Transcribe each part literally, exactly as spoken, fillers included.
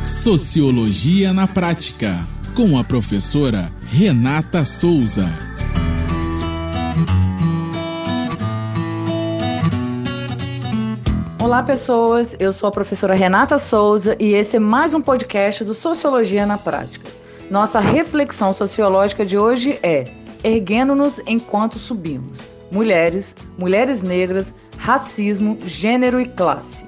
Sociologia na Prática, com a professora Renata Souza. Olá, pessoas. Eu sou a professora Renata Souza e esse é mais um podcast do Sociologia na Prática. Nossa reflexão sociológica de hoje é Erguendo-nos enquanto subimos. Mulheres, mulheres negras, racismo, gênero e classe.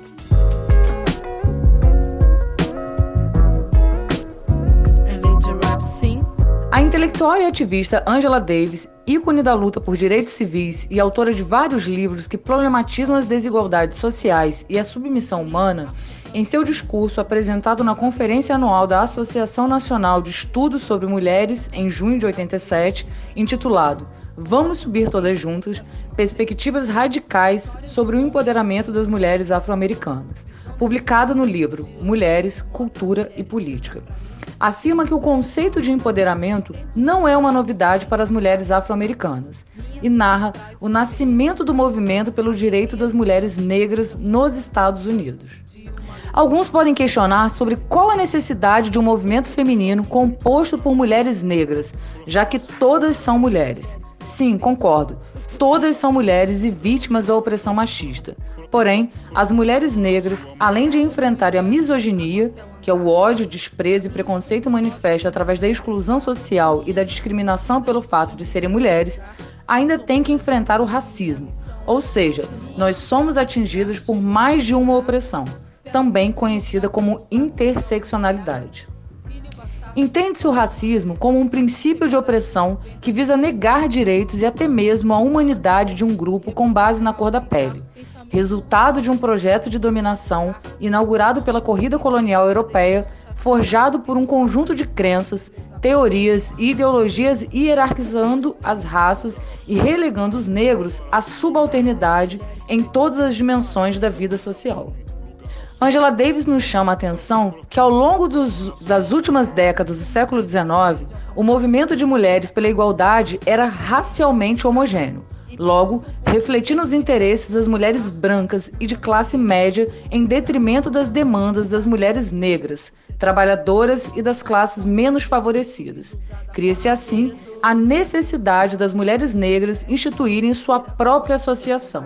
A intelectual e ativista Angela Davis, ícone da luta por direitos civis e autora de vários livros que problematizam as desigualdades sociais e a submissão humana, em seu discurso apresentado na Conferência Anual da Associação Nacional de Estudos sobre Mulheres, em junho de oitenta e sete, intitulado Vamos Subir Todas Juntas, Perspectivas Radicais sobre o Empoderamento das Mulheres Afro-Americanas, publicado no livro Mulheres, Cultura e Política. Afirma que o conceito de empoderamento não é uma novidade para as mulheres afro-americanas e narra o nascimento do movimento pelo direito das mulheres negras nos Estados Unidos. Alguns podem questionar sobre qual a necessidade de um movimento feminino composto por mulheres negras, já que todas são mulheres. Sim, concordo, todas são mulheres e vítimas da opressão machista. Porém, as mulheres negras, além de enfrentarem a misoginia, que é o ódio, desprezo e preconceito manifesto através da exclusão social e da discriminação pelo fato de serem mulheres, ainda têm que enfrentar o racismo, ou seja, nós somos atingidos por mais de uma opressão, também conhecida como interseccionalidade. Entende-se o racismo como um princípio de opressão que visa negar direitos e até mesmo a humanidade de um grupo com base na cor da pele, resultado de um projeto de dominação inaugurado pela corrida colonial europeia, forjado por um conjunto de crenças, teorias e ideologias hierarquizando as raças e relegando os negros à subalternidade em todas as dimensões da vida social. Angela Davis nos chama a atenção que ao longo dos, das últimas décadas do século dezenove, o movimento de mulheres pela igualdade era racialmente homogêneo, logo refletindo os interesses das mulheres brancas e de classe média em detrimento das demandas das mulheres negras, trabalhadoras e das classes menos favorecidas. Cria-se assim a necessidade das mulheres negras instituírem sua própria associação.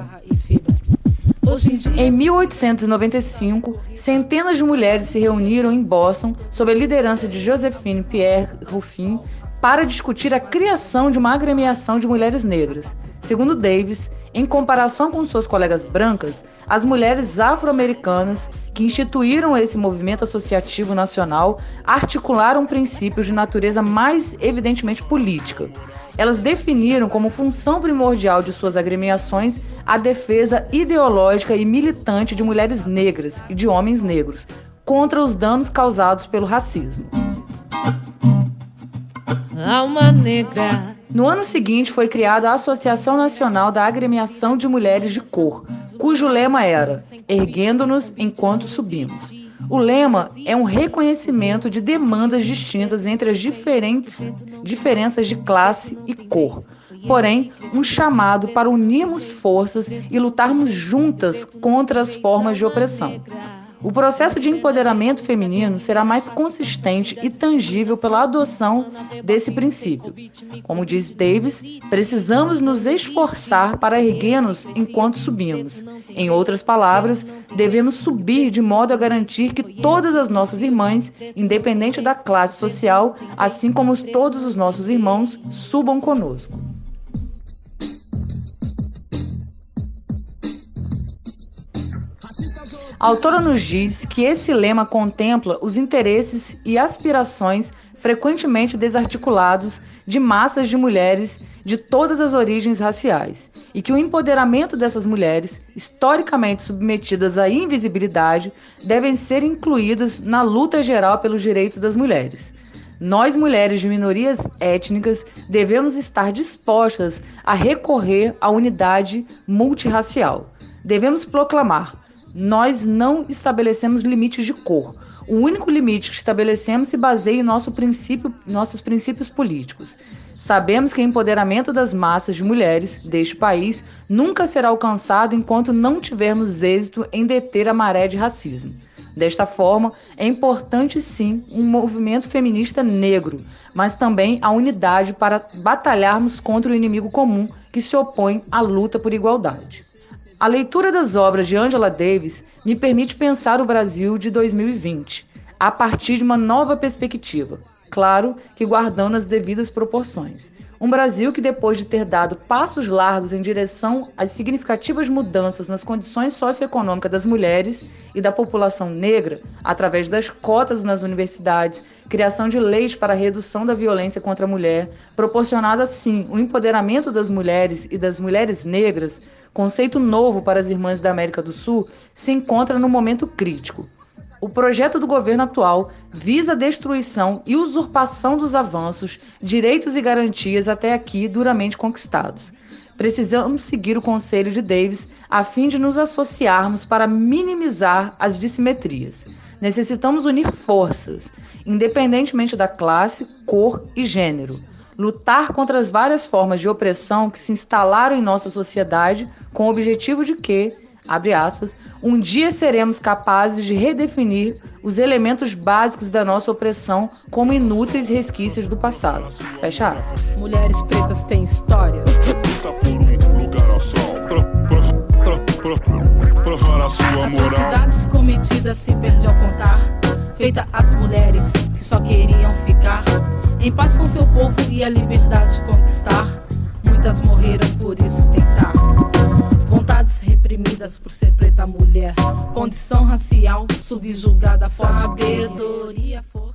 Em mil oitocentos e noventa e cinco, centenas de mulheres se reuniram em Boston sob a liderança de Josephine Pierre Ruffin para discutir a criação de uma agremiação de mulheres negras. Segundo Davis, em comparação com suas colegas brancas, as mulheres afro-americanas que instituíram esse movimento associativo nacional articularam princípios de natureza mais evidentemente política. Elas definiram como função primordial de suas agremiações a defesa ideológica e militante de mulheres negras e de homens negros contra os danos causados pelo racismo. Alma negra. No ano seguinte foi criada a Associação Nacional da Agremiação de Mulheres de Cor, cujo lema era Erguendo-nos enquanto subimos. O lema é um reconhecimento de demandas distintas entre as diferentes diferenças de classe e cor, porém, um chamado para unirmos forças e lutarmos juntas contra as formas de opressão. O processo de empoderamento feminino será mais consistente e tangível pela adoção desse princípio. Como diz Davis, precisamos nos esforçar para erguer-nos enquanto subimos. Em outras palavras, devemos subir de modo a garantir que todas as nossas irmãs, independente da classe social, assim como todos os nossos irmãos, subam conosco. A autora nos diz que esse lema contempla os interesses e aspirações frequentemente desarticulados de massas de mulheres de todas as origens raciais e que o empoderamento dessas mulheres, historicamente submetidas à invisibilidade, devem ser incluídas na luta geral pelos direitos das mulheres. Nós, mulheres de minorias étnicas, devemos estar dispostas a recorrer à unidade multirracial. Devemos proclamar: nós não estabelecemos limites de cor. O único limite que estabelecemos se baseia em nosso princípio, nossos princípios políticos. Sabemos que o empoderamento das massas de mulheres deste país nunca será alcançado enquanto não tivermos êxito em deter a maré de racismo. Desta forma, é importante sim um movimento feminista negro, mas também a unidade para batalharmos contra o inimigo comum que se opõe à luta por igualdade. A leitura das obras de Angela Davis me permite pensar o Brasil de dois mil e vinte, a partir de uma nova perspectiva, claro que guardando as devidas proporções. Um Brasil que, depois de ter dado passos largos em direção às significativas mudanças nas condições socioeconômicas das mulheres e da população negra, através das cotas nas universidades, criação de leis para a redução da violência contra a mulher, proporcionado assim o empoderamento das mulheres e das mulheres negras, conceito novo para as irmãs da América do Sul, se encontra no momento crítico. O projeto do governo atual visa a destruição e usurpação dos avanços, direitos e garantias até aqui duramente conquistados. Precisamos seguir o conselho de Davis a fim de nos associarmos para minimizar as dissimetrias. Necessitamos unir forças, independentemente da classe, cor e gênero. Lutar contra as várias formas de opressão que se instalaram em nossa sociedade com o objetivo de que, abre aspas, um dia seremos capazes de redefinir os elementos básicos da nossa opressão como inúteis resquícios do passado. Fecha aspas. Mulheres pretas têm história. Luta por um lugar ao sol, pro, pro, pro, pro, provar a sua moral. Atrocidades cometidas se perde ao contar, feita às mulheres que só queriam ficar em paz com seu povo e a liberdade conquistar. Muitas morreram por isso tentar. Vontades reprimidas por ser preta mulher, condição racial subjugada, sabedoria, força.